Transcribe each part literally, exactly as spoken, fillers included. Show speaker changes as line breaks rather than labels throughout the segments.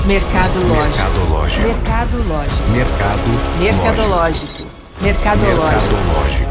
Mercadológico.
Mercadológico.
Mercado.
Mercadológico. Mercadológico.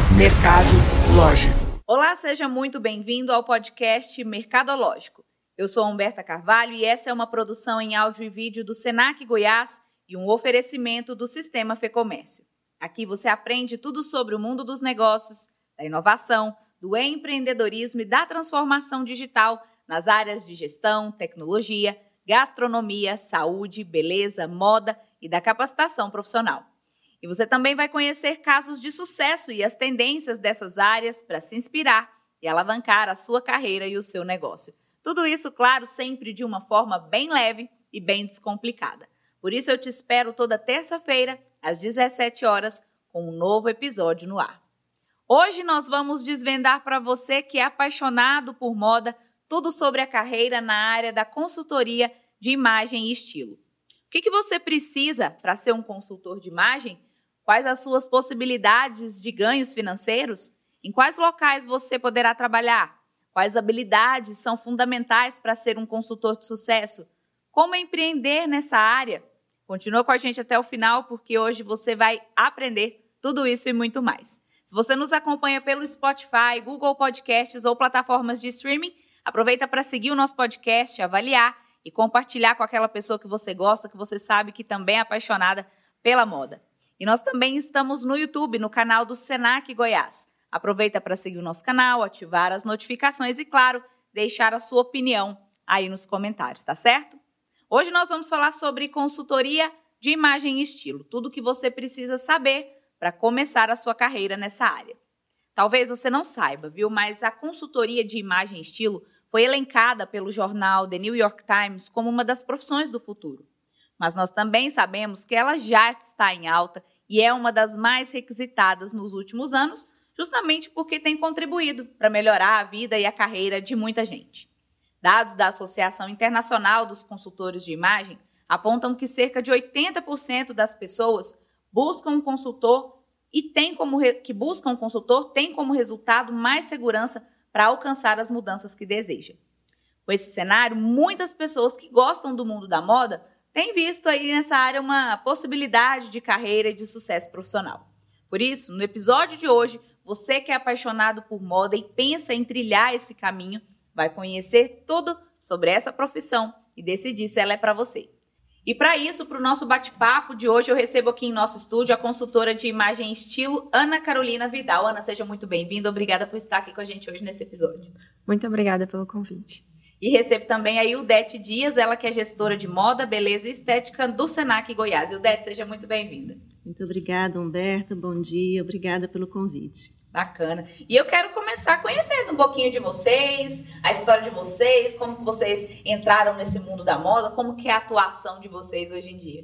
Mercadológico.
Olá, seja muito bem-vindo ao podcast Mercadológico. Eu sou Humberta Carvalho e essa é uma produção em áudio e vídeo do Senac Goiás e um oferecimento do Sistema Fecomércio. Aqui você aprende tudo sobre o mundo dos negócios, da inovação, do empreendedorismo e da transformação digital nas áreas de gestão, tecnologia, gastronomia, saúde, beleza, moda e da capacitação profissional. E você também vai conhecer casos de sucesso e as tendências dessas áreas para se inspirar e alavancar a sua carreira e o seu negócio. Tudo isso, claro, sempre de uma forma bem leve e bem descomplicada. Por isso eu te espero toda terça-feira, às dezessete horas, com um novo episódio no ar. Hoje nós vamos desvendar para você que é apaixonado por moda tudo sobre a carreira na área da consultoria de imagem e estilo. O que, que você precisa para ser um consultor de imagem? Quais as suas possibilidades de ganhos financeiros? Em quais locais você poderá trabalhar? Quais habilidades são fundamentais para ser um consultor de sucesso? Como empreender nessa área? Continua com a gente até o final, porque hoje você vai aprender tudo isso e muito mais. Se você nos acompanha pelo Spotify, Google Podcasts ou plataformas de streaming, aproveita para seguir o nosso podcast, avaliar e compartilhar com aquela pessoa que você gosta, que você sabe que também é apaixonada pela moda. E nós também estamos no YouTube, no canal do Senac Goiás. Aproveita para seguir o nosso canal, ativar as notificações e, claro, deixar a sua opinião aí nos comentários, tá certo? Hoje nós vamos falar sobre consultoria de imagem e estilo, tudo o que você precisa saber para começar a sua carreira nessa área. Talvez você não saiba, viu? Mas a consultoria de imagem e estilo foi elencada pelo jornal The New York Times como uma das profissões do futuro. Mas nós também sabemos que ela já está em alta e é uma das mais requisitadas nos últimos anos, justamente porque tem contribuído para melhorar a vida e a carreira de muita gente. Dados da Associação Internacional dos Consultores de Imagem apontam que cerca de oitenta por cento das pessoas buscam um consultor e tem como re... que buscam um consultor tem como resultado mais segurança para alcançar as mudanças que deseja. Com esse cenário, muitas pessoas que gostam do mundo da moda têm visto aí nessa área uma possibilidade de carreira e de sucesso profissional. Por isso, no episódio de hoje, você que é apaixonado por moda e pensa em trilhar esse caminho, vai conhecer tudo sobre essa profissão e decidir se ela é para você. E para isso, para o nosso bate-papo de hoje, eu recebo aqui em nosso estúdio a consultora de imagem e estilo, Ana Carolina Vidal. Ana, seja muito bem-vinda. Obrigada por estar aqui com a gente hoje nesse episódio.
Muito obrigada pelo convite.
E recebo também a Ildete Dias, ela que é gestora de moda, beleza e estética do Senac Goiás. Ildete, seja muito bem-vinda.
Muito obrigada, Humberta. Bom dia. Obrigada pelo convite.
Bacana. E eu quero começar conhecendo um pouquinho de vocês, a história de vocês, como que vocês entraram nesse mundo da moda, como que é a atuação de vocês hoje em dia.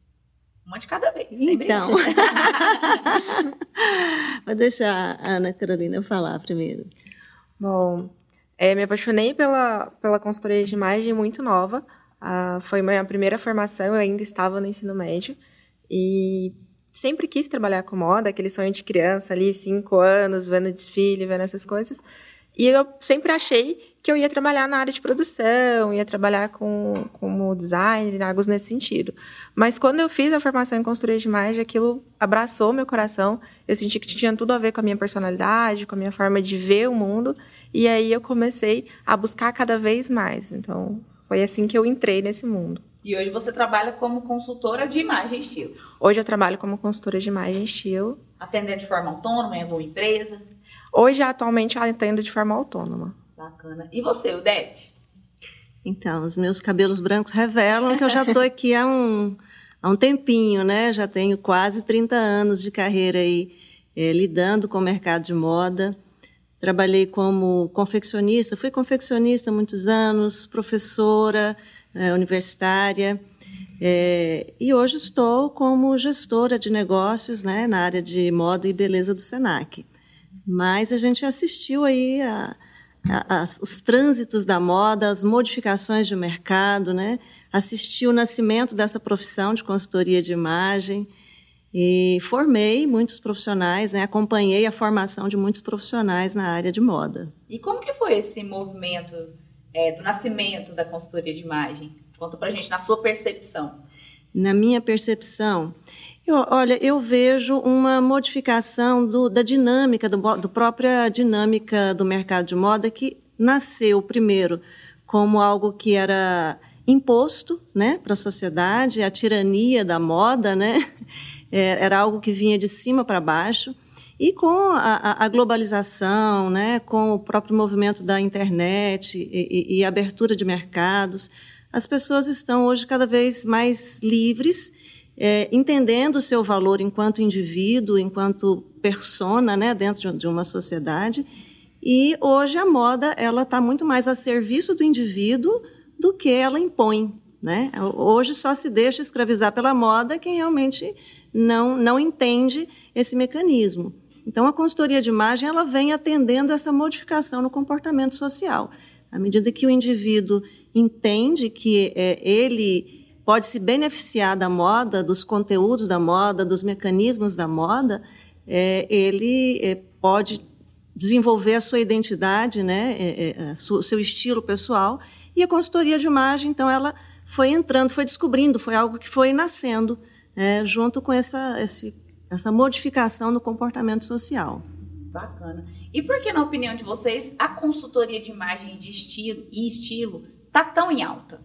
Uma de cada vez, sempre.
Então, vou deixar a Ana Carolina falar primeiro.
Bom, é, me apaixonei pela, pela consultoria de imagem muito nova. Ah, foi minha primeira formação, eu ainda estava no ensino médio. E sempre quis trabalhar com moda, aquele sonho de criança ali, cinco anos, vendo desfile, vendo essas coisas. E eu sempre achei que eu ia trabalhar na área de produção, ia trabalhar com, como designer, algo nesse sentido. Mas quando eu fiz a formação em consultoria de imagem, aquilo abraçou meu coração. Eu senti que tinha tudo a ver com a minha personalidade, com a minha forma de ver o mundo. E aí eu comecei a buscar cada vez mais. Então, foi assim que eu entrei nesse mundo.
E hoje você trabalha como consultora de imagem e estilo.
Hoje eu trabalho como consultora de imagem e estilo.
Atendendo de forma autônoma em alguma empresa?
Hoje, atualmente, eu atendo de forma autônoma.
Bacana. E você, Ildete?
Então, os meus cabelos brancos revelam que eu já estou aqui há um, há um tempinho, né? Já tenho quase trinta anos de carreira aí, é, lidando com o mercado de moda. Trabalhei como confeccionista, fui confeccionista há muitos anos, professora é, universitária, é, e hoje estou como gestora de negócios, né, na área de moda e beleza do Senac. Mas a gente assistiu aí a, a, a, os trânsitos da moda, as modificações de mercado, né? Assistiu o nascimento dessa profissão de consultoria de imagem e formei muitos profissionais, né? Acompanhei a formação de muitos profissionais na área de moda.
E como que foi esse movimento é, do nascimento da consultoria de imagem? Conta pra gente, na sua percepção.
Na minha percepção, eu, olha, eu vejo uma modificação do, da dinâmica, do, do própria dinâmica do mercado de moda, que nasceu primeiro como algo que era imposto, né, para a sociedade, a tirania da moda, né, era algo que vinha de cima para baixo. E com a, a globalização, né, com o próprio movimento da internet e, e, e abertura de mercados, as pessoas estão hoje cada vez mais livres, é, entendendo o seu valor enquanto indivíduo, enquanto persona, né, dentro de uma sociedade. E hoje a moda ela está muito mais a serviço do indivíduo do que ela impõe, né? Hoje só se deixa escravizar pela moda quem realmente não, não entende esse mecanismo. Então, a consultoria de imagem ela vem atendendo essa modificação no comportamento social. À medida que o indivíduo entende que é, ele pode se beneficiar da moda, dos conteúdos da moda, dos mecanismos da moda, é, ele é, pode desenvolver a sua identidade, né, é, é, o seu estilo pessoal. E a consultoria de imagem, então, ela foi entrando, foi descobrindo, foi algo que foi nascendo é, junto com essa, esse essa modificação no comportamento social.
Bacana. E por que, na opinião de vocês, a consultoria de imagem de estilo e estilo está tão em alta?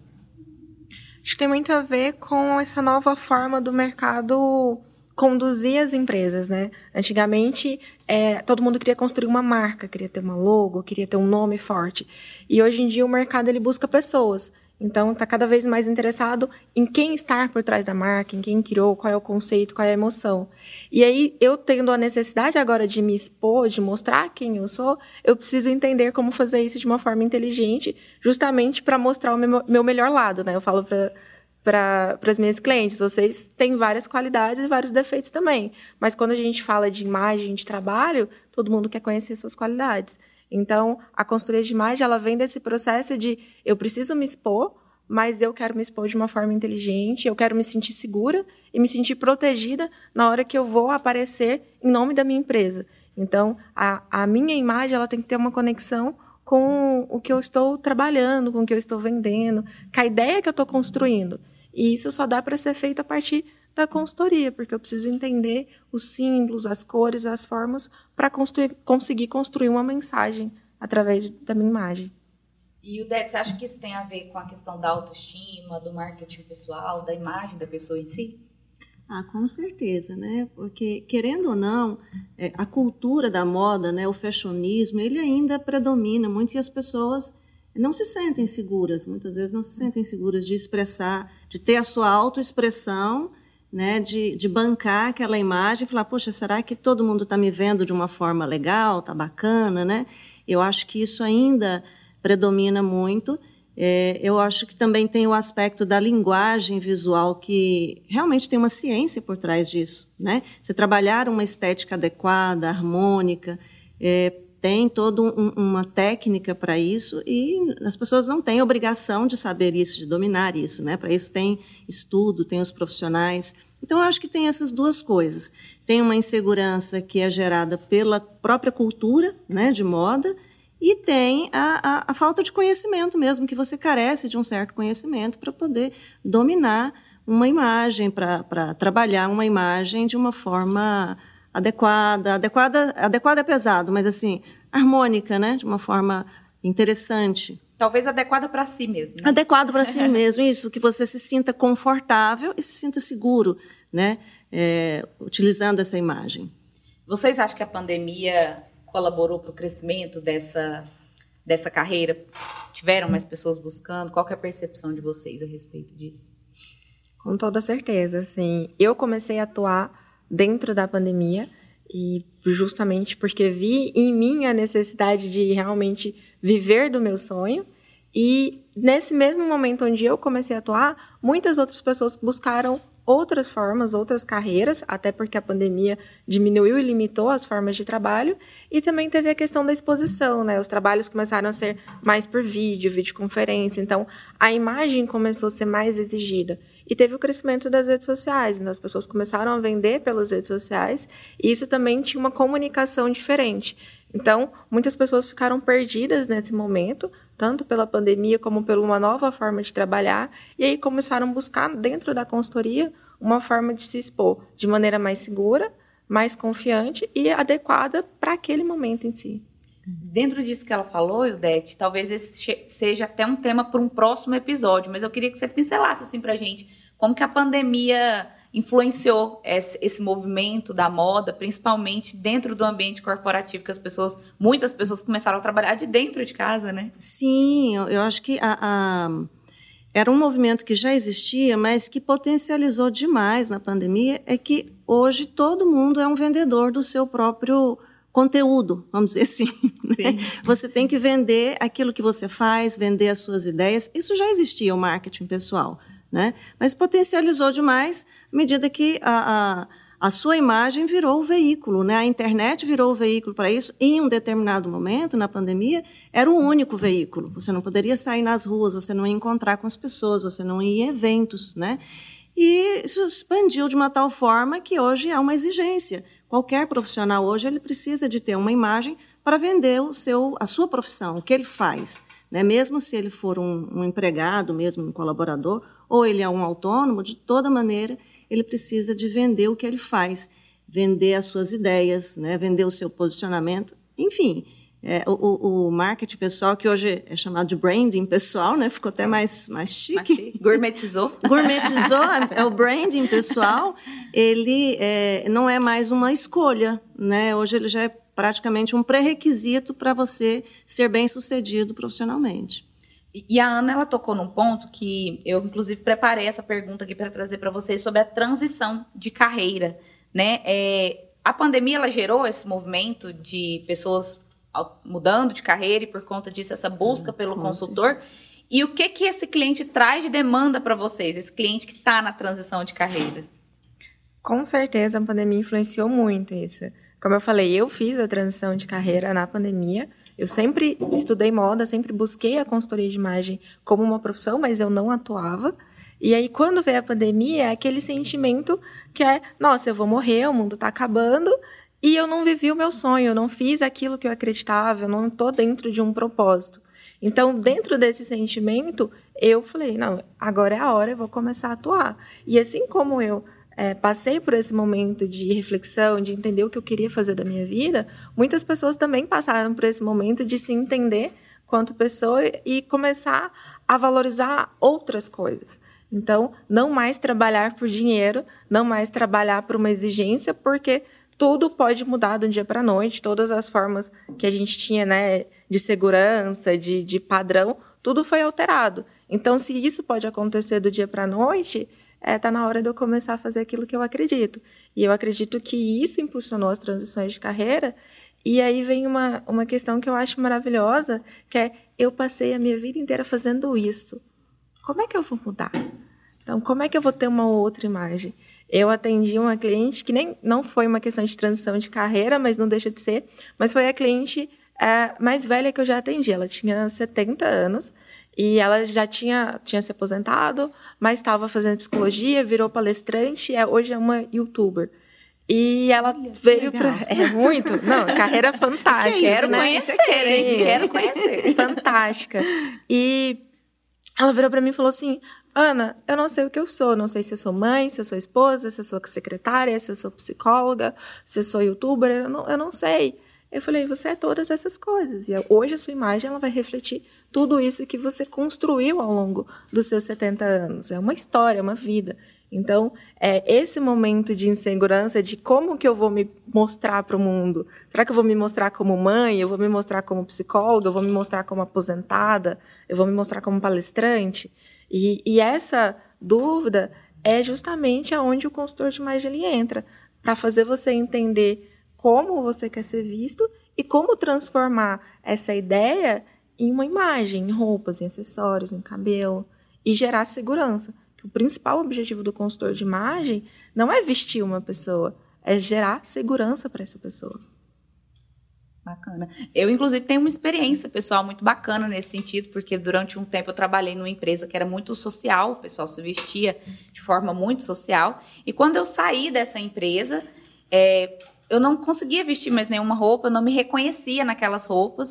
Acho que tem muito a ver com essa nova forma do mercado conduzir as empresas, né? Antigamente, é, todo mundo queria construir uma marca, queria ter uma logo, queria ter um nome forte. E hoje em dia o mercado ele busca pessoas. Então, está cada vez mais interessado em quem está por trás da marca, em quem criou, qual é o conceito, qual é a emoção. E aí, eu tendo a necessidade agora de me expor, de mostrar quem eu sou, eu preciso entender como fazer isso de uma forma inteligente, justamente para mostrar o meu, meu melhor lado, né? Eu falo para para as minhas clientes, vocês têm várias qualidades e vários defeitos também. Mas quando a gente fala de imagem, de trabalho, todo mundo quer conhecer suas qualidades. Então, a consultoria de imagem, ela vem desse processo de eu preciso me expor, mas eu quero me expor de uma forma inteligente, eu quero me sentir segura e me sentir protegida na hora que eu vou aparecer em nome da minha empresa. Então, a, a minha imagem ela tem que ter uma conexão com o que eu estou trabalhando, com o que eu estou vendendo, com a ideia que eu estou construindo. E isso só dá para ser feito a partir da consultoria, porque eu preciso entender os símbolos, as cores, as formas para construir, conseguir construir uma mensagem através da minha imagem.
E o Dete, você acha que isso tem a ver com a questão da autoestima, do marketing pessoal, da imagem da pessoa em si?
Ah, com certeza, né? Porque, querendo ou não, é, a cultura da moda, né, o fashionismo, ele ainda predomina muito e as pessoas não se sentem seguras, muitas vezes não se sentem seguras de expressar, de ter a sua autoexpressão, né, de, de bancar aquela imagem e falar, poxa, será que todo mundo está me vendo de uma forma legal, está bacana, né? Eu acho que isso ainda predomina muito. É, eu acho que também tem o aspecto da linguagem visual, que realmente tem uma ciência por trás disso, né? Você trabalhar uma estética adequada, harmônica, é, tem toda um, uma técnica para isso e as pessoas não têm obrigação de saber isso, de dominar isso, né? Para isso tem estudo, tem os profissionais. Então, eu acho que tem essas duas coisas. Tem uma insegurança que é gerada pela própria cultura, né, de moda, e tem a, a, a falta de conhecimento mesmo, que você carece de um certo conhecimento para poder dominar uma imagem, para trabalhar uma imagem de uma forma adequada. Adequada, adequada é pesado, mas assim, harmônica, né? De uma forma interessante.
Talvez adequada para si mesmo. Né?
Adequado para si mesmo, isso, que você se sinta confortável e se sinta seguro, né? É, utilizando essa imagem.
Vocês acham que a pandemia colaborou para o crescimento dessa, dessa carreira? Tiveram mais pessoas buscando? Qual que é a percepção de vocês a respeito disso?
Com toda certeza, assim. Eu comecei a atuar dentro da pandemia e justamente porque vi em mim a necessidade de realmente viver do meu sonho. E nesse mesmo momento onde eu comecei a atuar, muitas outras pessoas buscaram outras formas, outras carreiras, até porque a pandemia diminuiu e limitou as formas de trabalho, e também teve a questão da exposição, né? Os trabalhos começaram a ser mais por vídeo, videoconferência, então a imagem começou a ser mais exigida. E teve o crescimento das redes sociais, então as pessoas começaram a vender pelas redes sociais, e isso também tinha uma comunicação diferente. Então, muitas pessoas ficaram perdidas nesse momento, tanto pela pandemia como por uma nova forma de trabalhar, e aí começaram a buscar dentro da consultoria uma forma de se expor de maneira mais segura, mais confiante e adequada para aquele momento em si.
Dentro disso que ela falou, Ildete, talvez esse seja até um tema para um próximo episódio, mas eu queria que você pincelasse assim para a gente como que a pandemia influenciou esse, esse movimento da moda, principalmente dentro do ambiente corporativo, que as pessoas, muitas pessoas começaram a trabalhar de dentro de casa, né?
Sim, eu, eu acho que a, a, era um movimento que já existia, mas que potencializou demais na pandemia, é que hoje todo mundo é um vendedor do seu próprio conteúdo, vamos dizer assim. Né? Você tem que vender aquilo que você faz, vender as suas ideias. Isso já existia, o marketing pessoal, né? Mas potencializou demais à medida que a, a, a sua imagem virou o veículo, né? A internet virou o veículo para isso. E em um determinado momento, na pandemia, era o único veículo. Você não poderia sair nas ruas, você não ia encontrar com as pessoas, você não ia em eventos, né? E isso expandiu de uma tal forma que hoje é uma exigência. Qualquer profissional hoje ele precisa de ter uma imagem para vender o seu, a sua profissão, o que ele faz. Né? Mesmo se ele for um, um empregado, mesmo um colaborador, ou ele é um autônomo, de toda maneira, ele precisa de vender o que ele faz, vender as suas ideias, né? Vender o seu posicionamento, enfim. É, o, o marketing pessoal, que hoje é chamado de branding pessoal, né? Ficou até mais, mais chique.
Mais chique. Gourmetizou.
Gourmetizou, é o branding pessoal. Ele é, não é mais uma escolha, né? Hoje ele já é praticamente um pré-requisito para você ser bem-sucedido profissionalmente.
E a Ana, ela tocou num ponto que eu, inclusive, preparei essa pergunta aqui para trazer para vocês sobre a transição de carreira, né? É, a pandemia, ela gerou esse movimento de pessoas mudando de carreira e por conta disso essa busca pelo Com consultor. Certeza. E o que que esse cliente traz de demanda para vocês, esse cliente que está na transição de carreira?
Com certeza a pandemia influenciou muito isso. Como eu falei, eu fiz a transição de carreira na pandemia. Eu sempre estudei moda, sempre busquei a consultoria de imagem como uma profissão, mas eu não atuava. E aí, quando veio a pandemia, é aquele sentimento que é, nossa, eu vou morrer, o mundo está acabando. E eu não vivi o meu sonho, eu não fiz aquilo que eu acreditava, eu não estou dentro de um propósito. Então, dentro desse sentimento, eu falei, não, agora é a hora, eu vou começar a atuar. E assim como eu é, passei por esse momento de reflexão, de entender o que eu queria fazer da minha vida, muitas pessoas também passaram por esse momento de se entender quanto pessoa e começar a valorizar outras coisas. Então, não mais trabalhar por dinheiro, não mais trabalhar por uma exigência, porque tudo pode mudar de um dia para a noite, todas as formas que a gente tinha, né, de segurança, de, de padrão, tudo foi alterado. Então, se isso pode acontecer do dia para a noite, está é, na hora de eu começar a fazer aquilo que eu acredito. E eu acredito que isso impulsionou as transições de carreira. E aí vem uma, uma questão que eu acho maravilhosa, que é, eu passei a minha vida inteira fazendo isso. Como é que eu vou mudar? Então, como é que eu vou ter uma outra imagem? Eu atendi uma cliente que nem, não foi uma questão de transição de carreira, mas não deixa de ser, mas foi a cliente é, mais velha que eu já atendi. Ela tinha setenta anos e ela já tinha, tinha se aposentado, mas estava fazendo psicologia, virou palestrante e é, hoje é uma youtuber. E ela Olha, veio para... É muito... Não, carreira fantástica.
Que quero né? conhecer, Sim, quero conhecer.
Fantástica. E ela virou para mim e falou assim, Ana, eu não sei o que eu sou, não sei se eu sou mãe, se eu sou esposa, se eu sou secretária, se eu sou psicóloga, se eu sou youtuber, eu não, eu não sei. Eu falei, você é todas essas coisas. E hoje a sua imagem ela vai refletir tudo isso que você construiu ao longo dos seus setenta anos. É uma história, é uma vida. Então, é esse momento de insegurança, de como que eu vou me mostrar para o mundo. Será que eu vou me mostrar como mãe? Eu vou me mostrar como psicóloga? Eu vou me mostrar como aposentada? Eu vou me mostrar como palestrante? E, e essa dúvida é justamente aonde o consultor de imagem ele entra, para fazer você entender como você quer ser visto e como transformar essa ideia em uma imagem, em roupas, em acessórios, em cabelo, e gerar segurança. O principal objetivo do consultor de imagem não é vestir uma pessoa, é gerar segurança para essa pessoa.
Bacana. Eu, inclusive, tenho uma experiência pessoal muito bacana nesse sentido, porque durante um tempo eu trabalhei numa empresa que era muito social, o pessoal se vestia de forma muito social, e quando eu saí dessa empresa, é, eu não conseguia vestir mais nenhuma roupa, eu não me reconhecia naquelas roupas,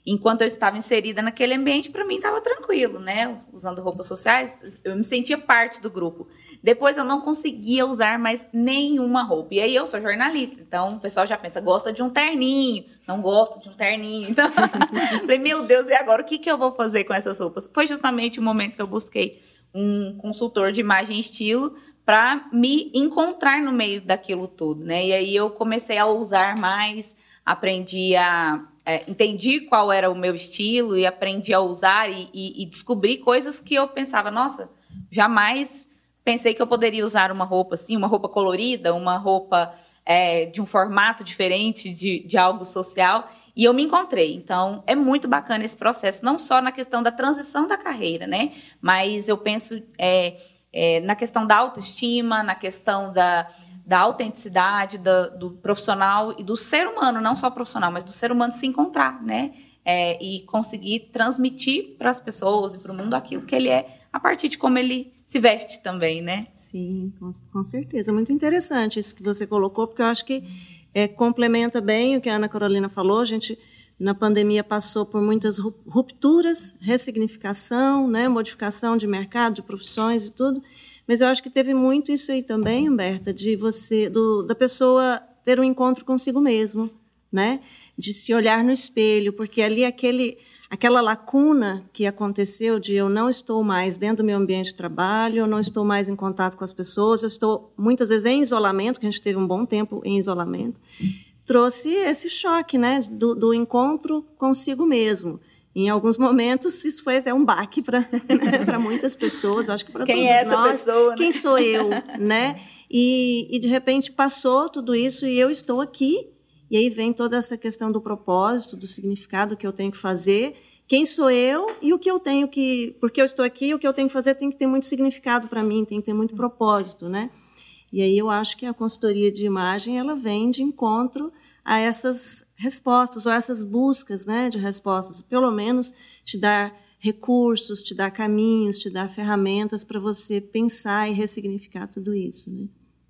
enquanto eu estava inserida naquele ambiente, para mim estava tranquilo, né? Usando roupas sociais, eu me sentia parte do grupo. Depois eu não conseguia usar mais nenhuma roupa. E aí eu sou jornalista, então o pessoal já pensa, gosta de um terninho, não gosto de um terninho. Então, falei, meu Deus, e agora o que, que eu vou fazer com essas roupas? Foi justamente o momento que eu busquei um consultor de imagem e estilo para me encontrar no meio daquilo tudo, né? E aí eu comecei a usar mais, aprendi a... É, entendi qual era o meu estilo e aprendi a usar e, e, e descobri coisas que eu pensava, nossa, jamais pensei que eu poderia usar uma roupa assim, uma roupa colorida, uma roupa é, de um formato diferente de, de algo social, e eu me encontrei. Então, é muito bacana esse processo, não só na questão da transição da carreira, né? Mas eu penso é, é, na questão da autoestima, na questão da... da autenticidade do, do profissional e do ser humano, não só profissional, mas do ser humano se encontrar, né? É, e conseguir transmitir para as pessoas e para o mundo aquilo que ele é, a partir de como ele se veste também, né?
Sim, com, com certeza. Muito interessante isso que você colocou, porque eu acho que é, complementa bem o que a Ana Carolina falou. A gente, na pandemia, passou por muitas rupturas, ressignificação, né? Modificação de mercado, de profissões e tudo. Mas eu acho que teve muito isso aí também, Humberta, de você, do, da pessoa ter um encontro consigo mesmo, né? De se olhar no espelho, porque ali aquele, aquela lacuna que aconteceu de eu não estou mais dentro do meu ambiente de trabalho, eu não estou mais em contato com as pessoas, eu estou muitas vezes em isolamento, que a gente teve um bom tempo em isolamento, trouxe esse choque, né? Do, do encontro consigo mesmo. Em alguns momentos, isso foi até um baque para né, para muitas pessoas, acho que para todos nós.
Quem é essa pessoa? Né?
Quem sou eu, né? E, e, de repente, passou tudo isso e eu estou aqui. E aí vem toda essa questão do propósito, do significado que eu tenho que fazer. Quem sou eu e o que eu tenho que... Porque eu estou aqui, o que eu tenho que fazer tem que ter muito significado para mim, tem que ter muito propósito, né? E aí eu acho que a consultoria de imagem, ela vem de encontro a essas respostas, ou essas buscas, né, de respostas, pelo menos te dar recursos, te dar caminhos, te dar ferramentas para você pensar e ressignificar tudo isso, né?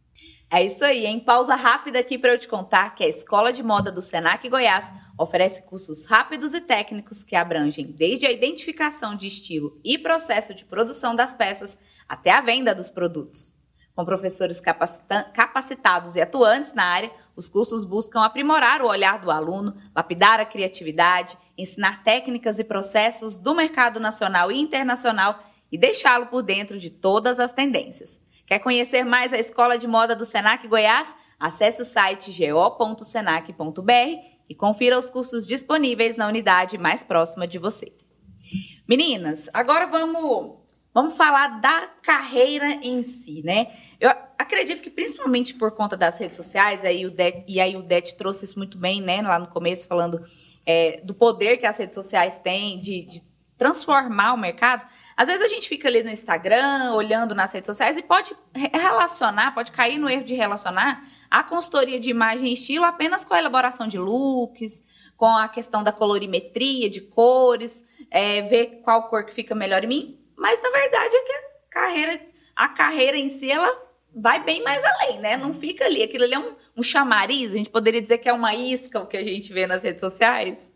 É isso aí, em pausa rápida aqui para eu te contar que a Escola de Moda do Senac Goiás oferece cursos rápidos e técnicos que abrangem desde a identificação de estilo e processo de produção das peças até a venda dos produtos. Com professores capacita- capacitados e atuantes na área, os cursos buscam aprimorar o olhar do aluno, lapidar a criatividade, ensinar técnicas e processos do mercado nacional e internacional e deixá-lo por dentro de todas as tendências. Quer conhecer mais a Escola de Moda do Senac Goiás? Acesse o site go ponto senac ponto b r e confira os cursos disponíveis na unidade mais próxima de você. Meninas, agora vamos... Vamos falar da carreira em si, né? Eu acredito que principalmente por conta das redes sociais, aí o Det, e aí o Det trouxe isso muito bem, né? Lá no começo, falando é, do poder que as redes sociais têm de, de transformar o mercado. Às vezes a gente fica ali no Instagram, olhando nas redes sociais e pode relacionar, pode cair no erro de relacionar a consultoria de imagem e estilo apenas com a elaboração de looks, com a questão da colorimetria, de cores, é, ver qual cor que fica melhor em mim. Mas, na verdade, é que a carreira, a carreira em si, ela vai bem mais além, né? Não fica ali. Aquilo ali é um, um chamariz. A gente poderia dizer que é uma isca o que a gente vê nas redes sociais.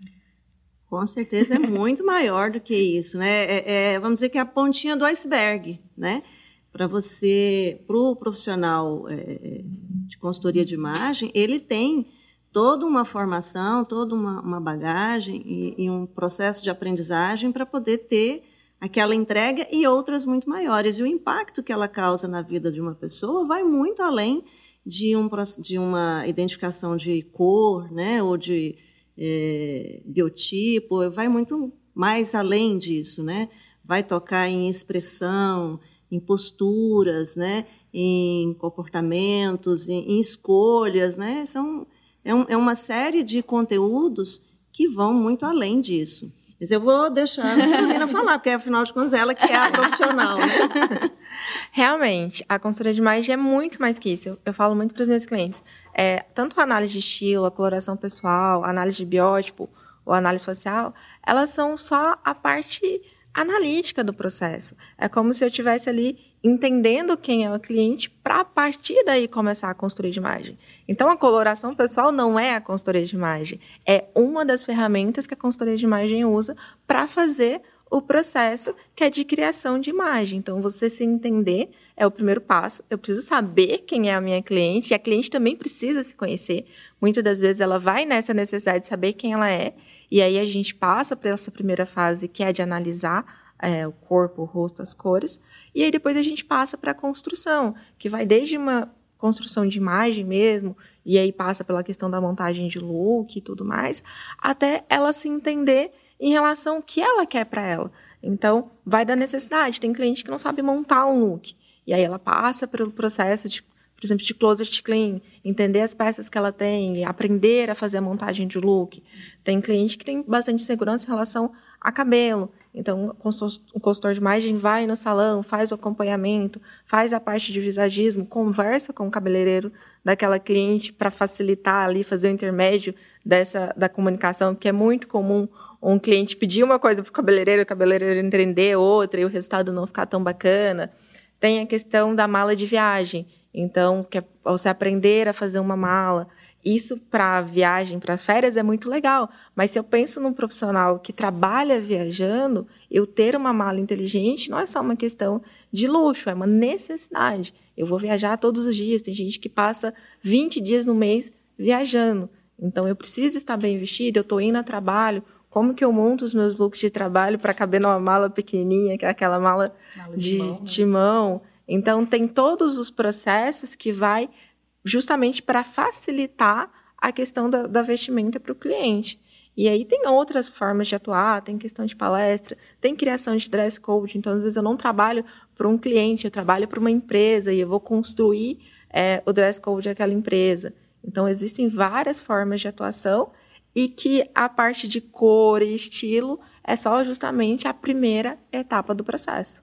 Com certeza é muito maior do que isso, né? É, é, vamos dizer que é a pontinha do iceberg, né? Para você, para o profissional é, de consultoria de imagem, ele tem toda uma formação, toda uma, uma bagagem e, e um processo de aprendizagem para poder ter aquela entrega e outras muito maiores. E o impacto que ela causa na vida de uma pessoa vai muito além de, um, de uma identificação de cor, né, ou de é, biotipo, vai muito mais além disso, né? Vai tocar em expressão, em posturas, né, em comportamentos, em, em escolhas, né? São, é, um, é uma série de conteúdos que vão muito além disso. Mas eu vou deixar a Carolina falar, porque, afinal de contas, ela que é a profissional, né?
Realmente, a consultoria de imagem é muito mais que isso. Eu, eu falo muito para os meus clientes. É, tanto a análise de estilo, a coloração pessoal, a análise de biótipo ou a análise facial, elas são só a parte analítica do processo. É como se eu estivesse ali entendendo quem é o cliente, para a partir daí começar a consultoria de imagem. Então, a coloração pessoal não é a consultoria de imagem, é uma das ferramentas que a consultoria de imagem usa para fazer o processo que é de criação de imagem. Então, você se entender é o primeiro passo. Eu preciso saber quem é a minha cliente, e a cliente também precisa se conhecer. Muitas das vezes ela vai nessa necessidade de saber quem ela é, e aí a gente passa para essa primeira fase, que é de analisar é, o corpo, o rosto, as cores, e aí depois a gente passa para a construção, que vai desde uma construção de imagem mesmo, e aí passa pela questão da montagem de look e tudo mais, até ela se entender em relação ao que ela quer para ela. Então, vai da necessidade. Tem cliente que não sabe montar um look. E aí ela passa pelo processo, de, por exemplo, de closet clean, entender as peças que ela tem, aprender a fazer a montagem de look. Tem cliente que tem bastante segurança em relação a cabelo. Então, o consultor de imagem vai no salão, faz o acompanhamento, faz a parte de visagismo, conversa com o cabeleireiro daquela cliente para facilitar ali, fazer o intermédio dessa, da comunicação, que é muito comum um cliente pedir uma coisa para o cabeleireiro, o cabeleireiro entender outra e o resultado não ficar tão bacana. Tem a questão da mala de viagem. Então, que é você aprender a fazer uma mala. Isso para viagem, para férias, é muito legal. Mas se eu penso num profissional que trabalha viajando, eu ter uma mala inteligente não é só uma questão de luxo, é uma necessidade. Eu vou viajar todos os dias. Tem gente que passa vinte dias no mês viajando. Então, eu preciso estar bem vestida, eu estou indo a trabalho. Como que eu monto os meus looks de trabalho para caber numa mala pequenininha, que é aquela mala, mala de, de, mão, né? de mão? Então, tem todos os processos que vai justamente para facilitar a questão da, da vestimenta para o cliente. E aí tem outras formas de atuar, tem questão de palestra, tem criação de dress code. Então, às vezes, eu não trabalho para um cliente, eu trabalho para uma empresa e eu vou construir é, o dress code daquela empresa. Então, existem várias formas de atuação e que a parte de cor e estilo é só justamente a primeira etapa do processo.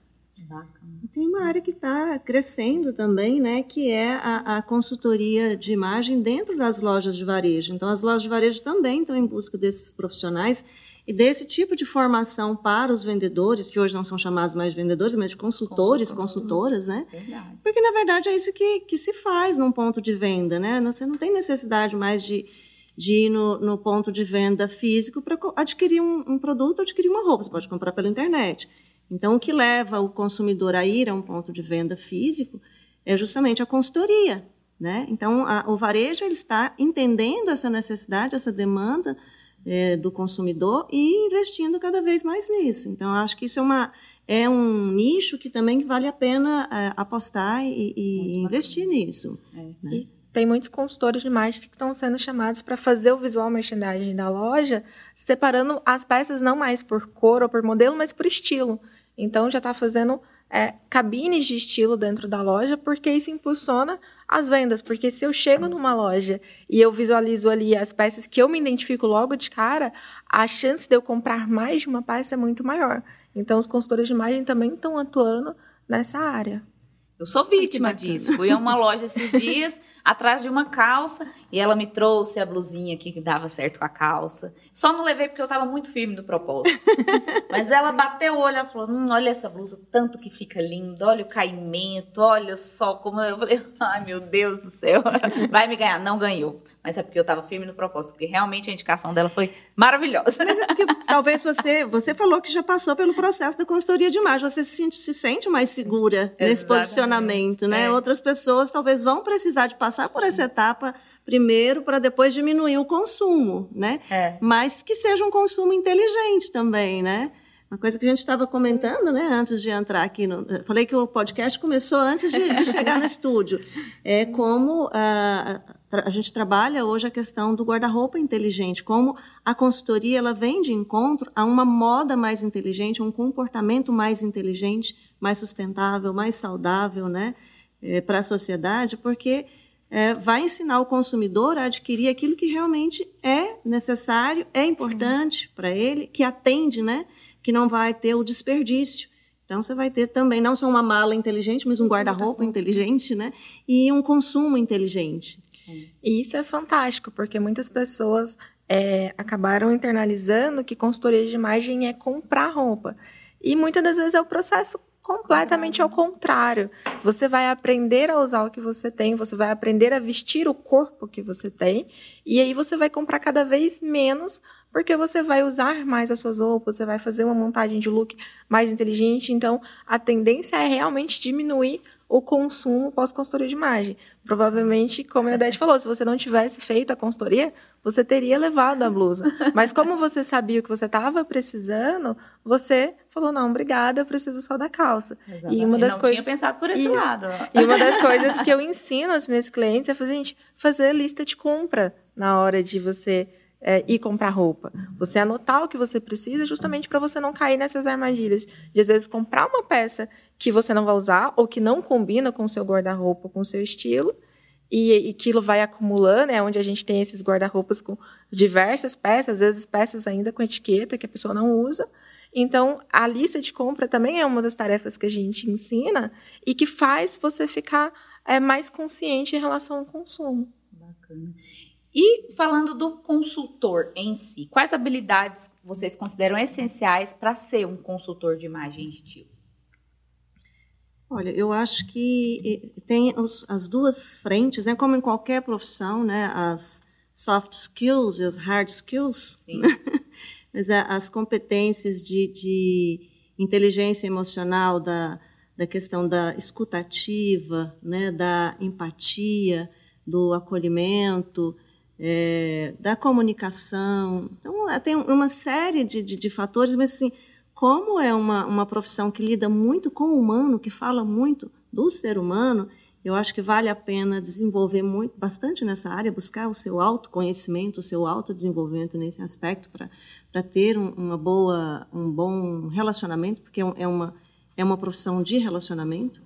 Tem uma área que está crescendo também, né, que é a, a consultoria de imagem dentro das lojas de varejo. Então, as lojas de varejo também estão em busca desses profissionais e desse tipo de formação para os vendedores, que hoje não são chamados mais de vendedores, mas de consultores, consultoras, né? Verdade. Porque, na verdade, é isso que, que se faz num ponto de venda, né? Você não tem necessidade mais de... de ir no, no ponto de venda físico para adquirir um, um produto ou adquirir uma roupa. Você pode comprar pela internet. Então, o que leva o consumidor a ir a um ponto de venda físico é justamente a consultoria, né? Então, a, o varejo ele está entendendo essa necessidade, essa demanda é, do consumidor e investindo cada vez mais nisso. Então, eu acho que isso é, uma, é um nicho que também vale a pena é, apostar e, e investir nisso. É. Né?
E tem muitos consultores de imagem que estão sendo chamados para fazer o visual merchandising da loja, separando as peças não mais por cor ou por modelo, mas por estilo. Então, já está fazendo é, cabines de estilo dentro da loja, porque isso impulsiona as vendas. Porque se eu chego numa loja e eu visualizo ali as peças que eu me identifico logo de cara, a chance de eu comprar mais de uma peça é muito maior. Então, os consultores de imagem também estão atuando nessa área.
Eu sou vítima disso. Fui a uma loja esses dias, atrás de uma calça, e ela me trouxe a blusinha aqui que dava certo com a calça. Só não levei porque eu estava muito firme no propósito. Mas ela bateu o olho e falou, hum, olha essa blusa, tanto que fica linda, olha o caimento, olha só como... Eu falei, ai meu Deus do céu, vai me ganhar. Não ganhou. Mas é porque eu estava firme no propósito, porque realmente a indicação dela foi maravilhosa.
Mas é porque talvez você, você falou que já passou pelo processo da consultoria de imagem, você se sente, se sente mais segura Exatamente. Nesse posicionamento, né? É. Outras pessoas talvez vão precisar de passar por essa etapa primeiro para depois diminuir o consumo, né? É. Mas que seja um consumo inteligente também, né? Uma coisa que a gente estava comentando, né, antes de entrar aqui, no, eu falei que o podcast começou antes de, de chegar no estúdio, é como a, a gente trabalha hoje a questão do guarda-roupa inteligente, como a consultoria ela vem de encontro a uma moda mais inteligente, um comportamento mais inteligente, mais sustentável, mais saudável, né, é, para a sociedade, porque é, vai ensinar o consumidor a adquirir aquilo que realmente é necessário, é importante para ele, que atende, né, que não vai ter o desperdício. Então, você vai ter também, não só uma mala inteligente, mas um guarda-roupa inteligente, né? E um consumo inteligente.
E isso é fantástico, porque muitas pessoas é, acabaram internalizando que consultoria de imagem é comprar roupa. E muitas das vezes é o processo completamente ao contrário. Você vai aprender a usar o que você tem, você vai aprender a vestir o corpo que você tem, e aí você vai comprar cada vez menos, porque você vai usar mais as suas roupas, você vai fazer uma montagem de look mais inteligente. Então, a tendência é realmente diminuir o consumo pós-consultoria de imagem. Provavelmente, como a Odete falou, se você não tivesse feito a consultoria, você teria levado a blusa. Mas como você sabia o que você estava precisando, você falou, não, obrigada, eu preciso só da calça.
Exatamente.
E uma das
não
coisas...
tinha pensado por esse
Isso.
lado.
E uma das coisas que eu ensino aos meus clientes é fazer, gente, fazer lista de compra na hora de você é, ir comprar roupa. Você anotar o que você precisa justamente para você não cair nessas armadilhas. De, às vezes, comprar uma peça que você não vai usar ou que não combina com o seu guarda-roupa, com o seu estilo, e, e aquilo vai acumulando, é onde a gente tem esses guarda-roupas com diversas peças, às vezes peças ainda com etiqueta que a pessoa não usa. Então, a lista de compra também é uma das tarefas que a gente ensina e que faz você ficar é, mais consciente em relação ao consumo.
Bacana. E falando do consultor em si, quais habilidades vocês consideram essenciais para ser um consultor de imagem e estilo?
Olha, eu acho que tem os, as duas frentes, né? Como em qualquer profissão, né? As soft skills e as hard skills.
Sim.
Mas as competências de, de inteligência emocional, da, da questão da escutativa, né? Da empatia, do acolhimento, é, da comunicação. Então, tem uma série de, de, de fatores, mas assim, como é uma, uma profissão que lida muito com o humano, que fala muito do ser humano, eu acho que vale a pena desenvolver muito, bastante nessa área, buscar o seu autoconhecimento, o seu autodesenvolvimento nesse aspecto, para ter um, uma boa, um bom relacionamento, porque é uma, é uma profissão de relacionamento.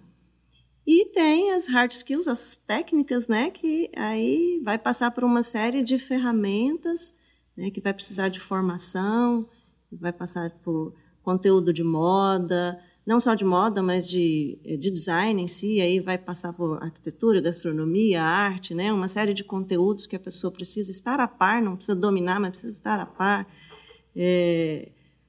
E tem as hard skills, as técnicas, né, que aí vai passar por uma série de ferramentas, né, que vai precisar de formação, vai passar por conteúdo de moda, não só de moda, mas de, de design em si, aí vai passar por arquitetura, gastronomia, arte, né, uma série de conteúdos que a pessoa precisa estar a par, não precisa dominar, mas precisa estar a par. É,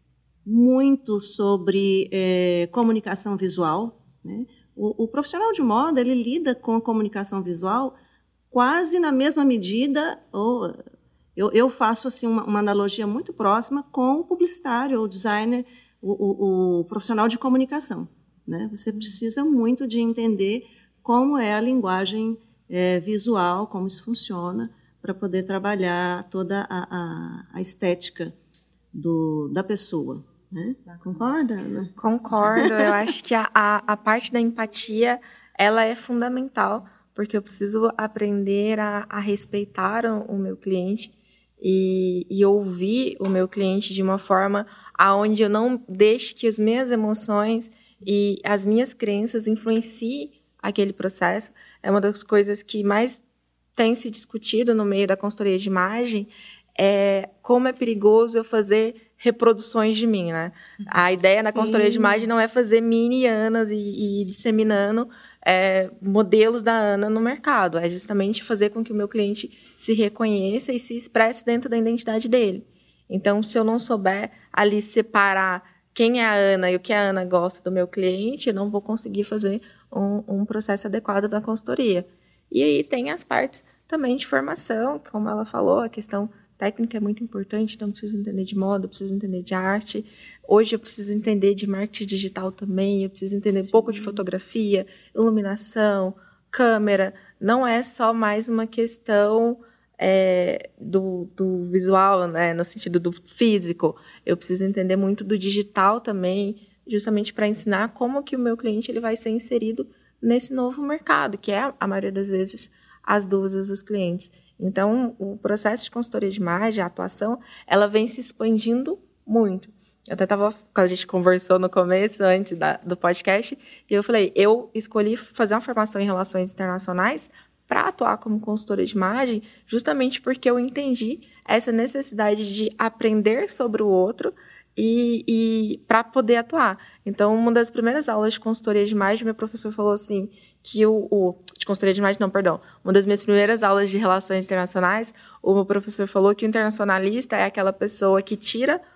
muito sobre é, comunicação visual, né? O, o profissional de moda, ele lida com a comunicação visual quase na mesma medida, ou eu, eu faço assim, uma, uma analogia muito próxima com o publicitário, o designer, o, o, o profissional de comunicação, né? Você precisa muito de entender como é a linguagem é, visual, como isso funciona, para poder trabalhar toda a, a, a estética do, da pessoa. Né? Concorda, Ana?
Concordo. Eu acho que a, a, a parte da empatia, ela é fundamental, porque eu preciso aprender a, a respeitar o, o meu cliente e, e ouvir o meu cliente de uma forma aonde eu não deixe que as minhas emoções e as minhas crenças influenciem aquele processo. É uma das coisas que mais tem se discutido no meio da consultoria de imagem, é como é perigoso eu fazer reproduções de mim, né? A ideia Sim. na consultoria de imagem não é fazer mini Anas e, e disseminando é, modelos da Ana no mercado, é justamente fazer com que o meu cliente se reconheça e se expresse dentro da identidade dele. Então, se eu não souber ali separar quem é a Ana e o que a Ana gosta do meu cliente, eu não vou conseguir fazer um, um processo adequado da consultoria. E aí tem as partes também de formação, como ela falou, a questão técnica é muito importante, então eu preciso entender de moda, eu preciso entender de arte. Hoje eu preciso entender de marketing digital também, eu preciso entender um pouco de fotografia, iluminação, câmera. Não é só mais uma questão é, do, do visual, né, no sentido do físico. Eu preciso entender muito do digital também, justamente para ensinar como que o meu cliente ele vai ser inserido nesse novo mercado, que é, a maioria das vezes, as dúvidas dos clientes. Então, o processo de consultoria de imagem, a atuação, ela vem se expandindo muito. Eu até estava, quando a gente conversou no começo, antes da, do podcast, e eu falei, eu escolhi fazer uma formação em relações internacionais para atuar como consultora de imagem, justamente porque eu entendi essa necessidade de aprender sobre o outro e, e para poder atuar. Então, uma das primeiras aulas de consultoria de imagem, meu professor falou assim, que o, o de consultoria de imagem, não, perdão, uma das minhas primeiras aulas de relações internacionais, o meu professor falou que o internacionalista é aquela pessoa que tira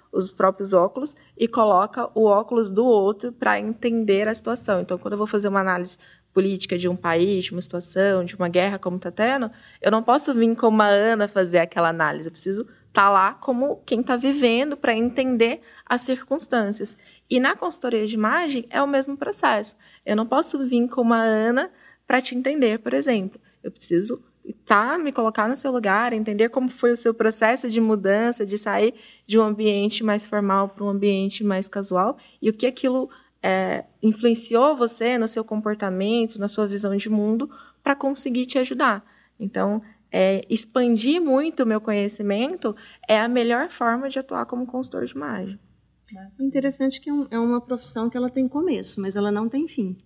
os próprios óculos e coloca o óculos do outro para entender a situação. Então, quando eu vou fazer uma análise política de um país, de uma situação, de uma guerra como está tendo, eu não posso vir como a Ana fazer aquela análise. Eu preciso estar lá como quem está vivendo para entender as circunstâncias. E na consultoria de imagem é o mesmo processo. Eu não posso vir como a Ana para te entender, por exemplo. Eu preciso tá, me colocar no seu lugar, entender como foi o seu processo de mudança, de sair de um ambiente mais formal para um ambiente mais casual, e o que aquilo é, influenciou você no seu comportamento, na sua visão de mundo, para conseguir te ajudar. Então, é, expandir muito o meu conhecimento é a melhor forma de atuar como consultor de imagem.
O interessante é que é uma profissão que ela tem começo, mas ela não tem fim.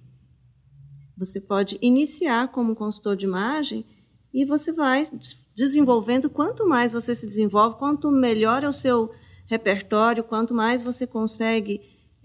Você pode iniciar como consultor de imagem e você vai desenvolvendo. Quanto mais você se desenvolve, quanto melhor é o seu repertório, quanto mais você consegue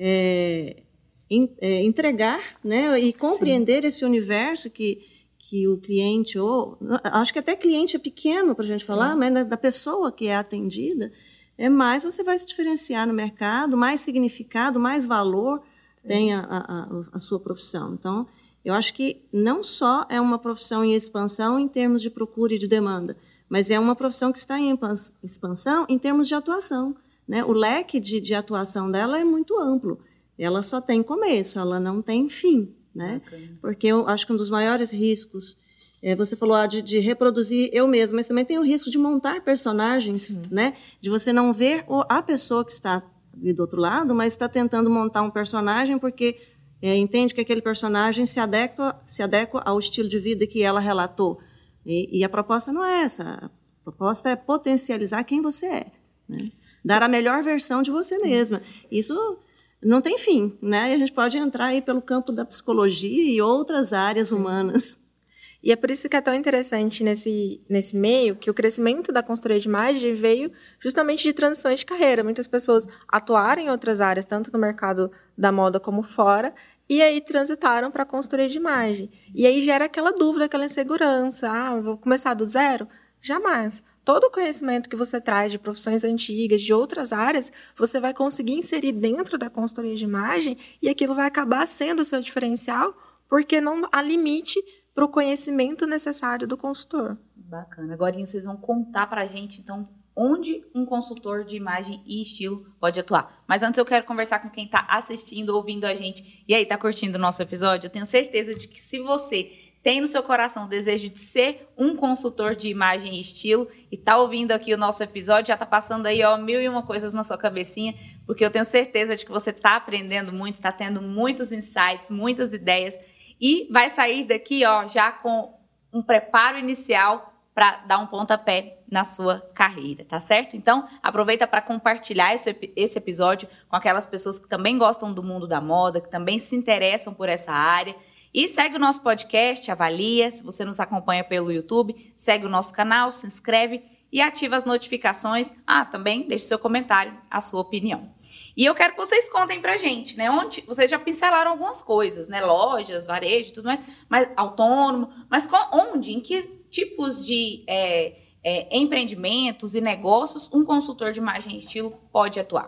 é, in, é, entregar, né, e compreender Sim. esse universo que, que o cliente, ou acho que até cliente é pequeno para a gente falar, Sim. mas da, da pessoa que é atendida, é mais você vai se diferenciar no mercado, mais significado, mais valor Sim. tem a, a, a sua profissão. Então, eu acho que não só é uma profissão em expansão em termos de procura e de demanda, mas é uma profissão que está em expansão em termos de atuação, né? O leque de, de atuação dela é muito amplo. Ela só tem começo, ela não tem fim, né? Porque eu acho que um dos maiores riscos, é, você falou ah, de, de reproduzir eu mesma, mas também tem o risco de montar personagens, uhum. né? De você não ver a pessoa que está ali do outro lado, mas está tentando montar um personagem porque É, entende que aquele personagem se adequa, se adequa ao estilo de vida que ela relatou. E, e a proposta não é essa. A proposta é potencializar quem você é, né? Dar a melhor versão de você mesma. Isso não tem fim, né? E a gente pode entrar aí pelo campo da psicologia e outras áreas humanas.
E é por isso que é tão interessante nesse, nesse meio que o crescimento da consultoria de imagem veio justamente de transições de carreira. Muitas pessoas atuaram em outras áreas, tanto no mercado da moda como fora, e aí transitaram para a consultoria de imagem. E aí gera aquela dúvida, aquela insegurança. Ah, vou começar do zero? Jamais. Todo o conhecimento que você traz de profissões antigas, de outras áreas, você vai conseguir inserir dentro da consultoria de imagem e aquilo vai acabar sendo o seu diferencial, porque não há limite para o conhecimento necessário do consultor.
Bacana. Agora vocês vão contar para a gente, então, onde um consultor de imagem e estilo pode atuar. Mas antes eu quero conversar com quem está assistindo, ouvindo a gente. E aí, está curtindo o nosso episódio? Eu tenho certeza de que se você tem no seu coração o desejo de ser um consultor de imagem e estilo e está ouvindo aqui o nosso episódio, já está passando aí ó, mil e uma coisas na sua cabecinha, porque eu tenho certeza de que você está aprendendo muito, está tendo muitos insights, muitas ideias e vai sair daqui ó, já com um preparo inicial para dar um pontapé na sua carreira, tá certo? Então, aproveita para compartilhar esse, esse episódio com aquelas pessoas que também gostam do mundo da moda, que também se interessam por essa área. E segue o nosso podcast, avalia, se você nos acompanha pelo YouTube, segue o nosso canal, se inscreve e ativa as notificações. Ah, também deixe seu comentário, a sua opinião. E eu quero que vocês contem pra gente, né? Onde vocês já pincelaram algumas coisas, né? Lojas, varejo, tudo mais, mas autônomo, mas onde, em que tipos de é, é, empreendimentos e negócios um consultor de imagem e estilo pode atuar?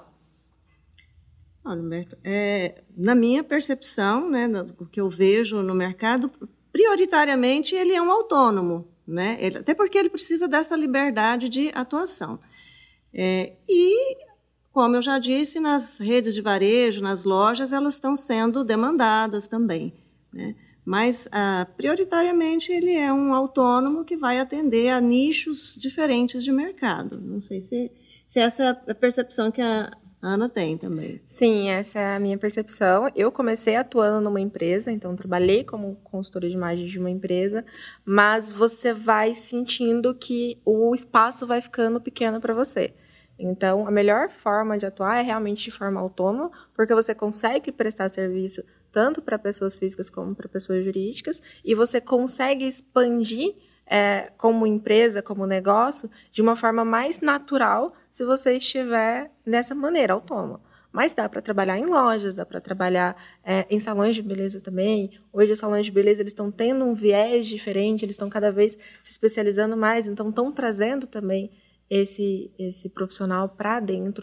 Olha, Humberto, é, na minha percepção, né, o que eu vejo no mercado, prioritariamente ele é um autônomo, né? Ele, até porque ele precisa dessa liberdade de atuação. É, e, como eu já disse, nas redes de varejo, nas lojas, elas estão sendo demandadas também, né? Mas, ah, prioritariamente, ele é um autônomo que vai atender a nichos diferentes de mercado. Não sei se, se essa é a percepção que a Ana tem também.
Sim, essa é a minha percepção. Eu comecei atuando numa empresa, então trabalhei como consultora de imagem de uma empresa, mas você vai sentindo que o espaço vai ficando pequeno para você. Então, a melhor forma de atuar é realmente de forma autônoma, porque você consegue prestar serviço tanto para pessoas físicas como para pessoas jurídicas, e você consegue expandir é, como empresa, como negócio, de uma forma mais natural se você estiver dessa maneira, autônoma. Mas dá para trabalhar em lojas, dá para trabalhar é, em salões de beleza também. Hoje os salões de beleza eles estão tendo um viés diferente, eles estão cada vez se especializando mais, então estão trazendo também esse, esse profissional para dentro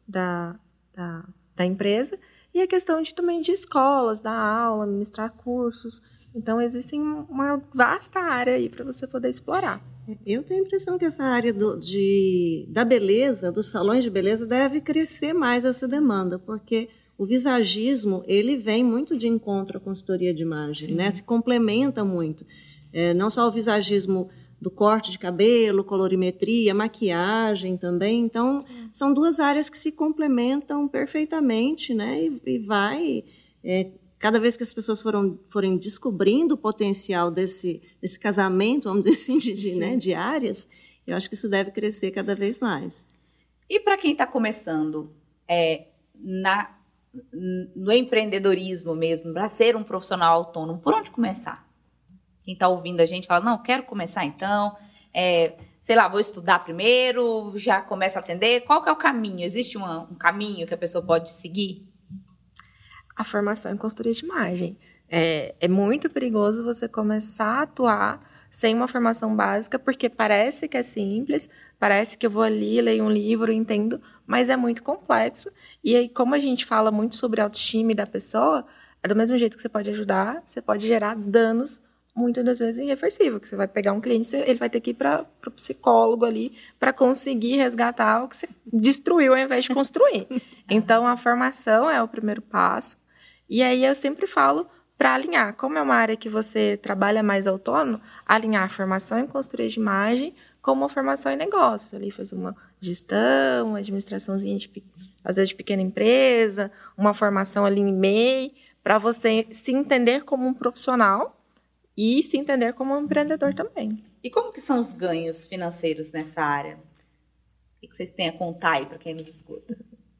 da, da, da empresa, e a questão de, também de escolas, dar aula, ministrar cursos. Então, existe uma vasta área aí para você poder explorar.
Eu tenho a impressão que essa área do, de, da beleza, dos salões de beleza, deve crescer mais essa demanda, porque o visagismo, ele vem muito de encontro à consultoria de imagem, né? Se complementa muito. É, não só o visagismo do corte de cabelo, colorimetria, maquiagem também. Então, são duas áreas que se complementam perfeitamente, né? E, e vai... É, cada vez que as pessoas foram, forem descobrindo o potencial desse, desse casamento, vamos dizer assim, de, de, né, de áreas, eu acho que isso deve crescer cada vez mais.
E para quem está começando é, na, no empreendedorismo mesmo, para ser um profissional autônomo, por onde começar? Quem está ouvindo a gente fala, não, quero começar então, é, sei lá, vou estudar primeiro, já começa a atender. Qual que é o caminho? Existe uma, um caminho que a pessoa pode seguir?
A formação em consultoria de imagem. É, é muito perigoso você começar a atuar sem uma formação básica, porque parece que é simples, parece que eu vou ali, leio um livro, entendo, mas é muito complexo. E aí, como a gente fala muito sobre a autoestima da pessoa, é do mesmo jeito que você pode ajudar, você pode gerar danos, muitas das vezes irreversíveis, que você vai pegar um cliente, ele vai ter que ir para o psicólogo ali para conseguir resgatar o que você destruiu ao invés de construir. Então, a formação é o primeiro passo. E aí eu sempre falo para alinhar, como é uma área que você trabalha mais autônomo, alinhar a formação em consultoria de imagem com uma formação em negócios, ali fazer uma gestão, uma administraçãozinha de, às vezes de pequena empresa, uma formação ali em M E I, para você se entender como um profissional e se entender como um empreendedor também.
E como que são os ganhos financeiros nessa área? O que vocês têm a contar aí para quem nos escuta?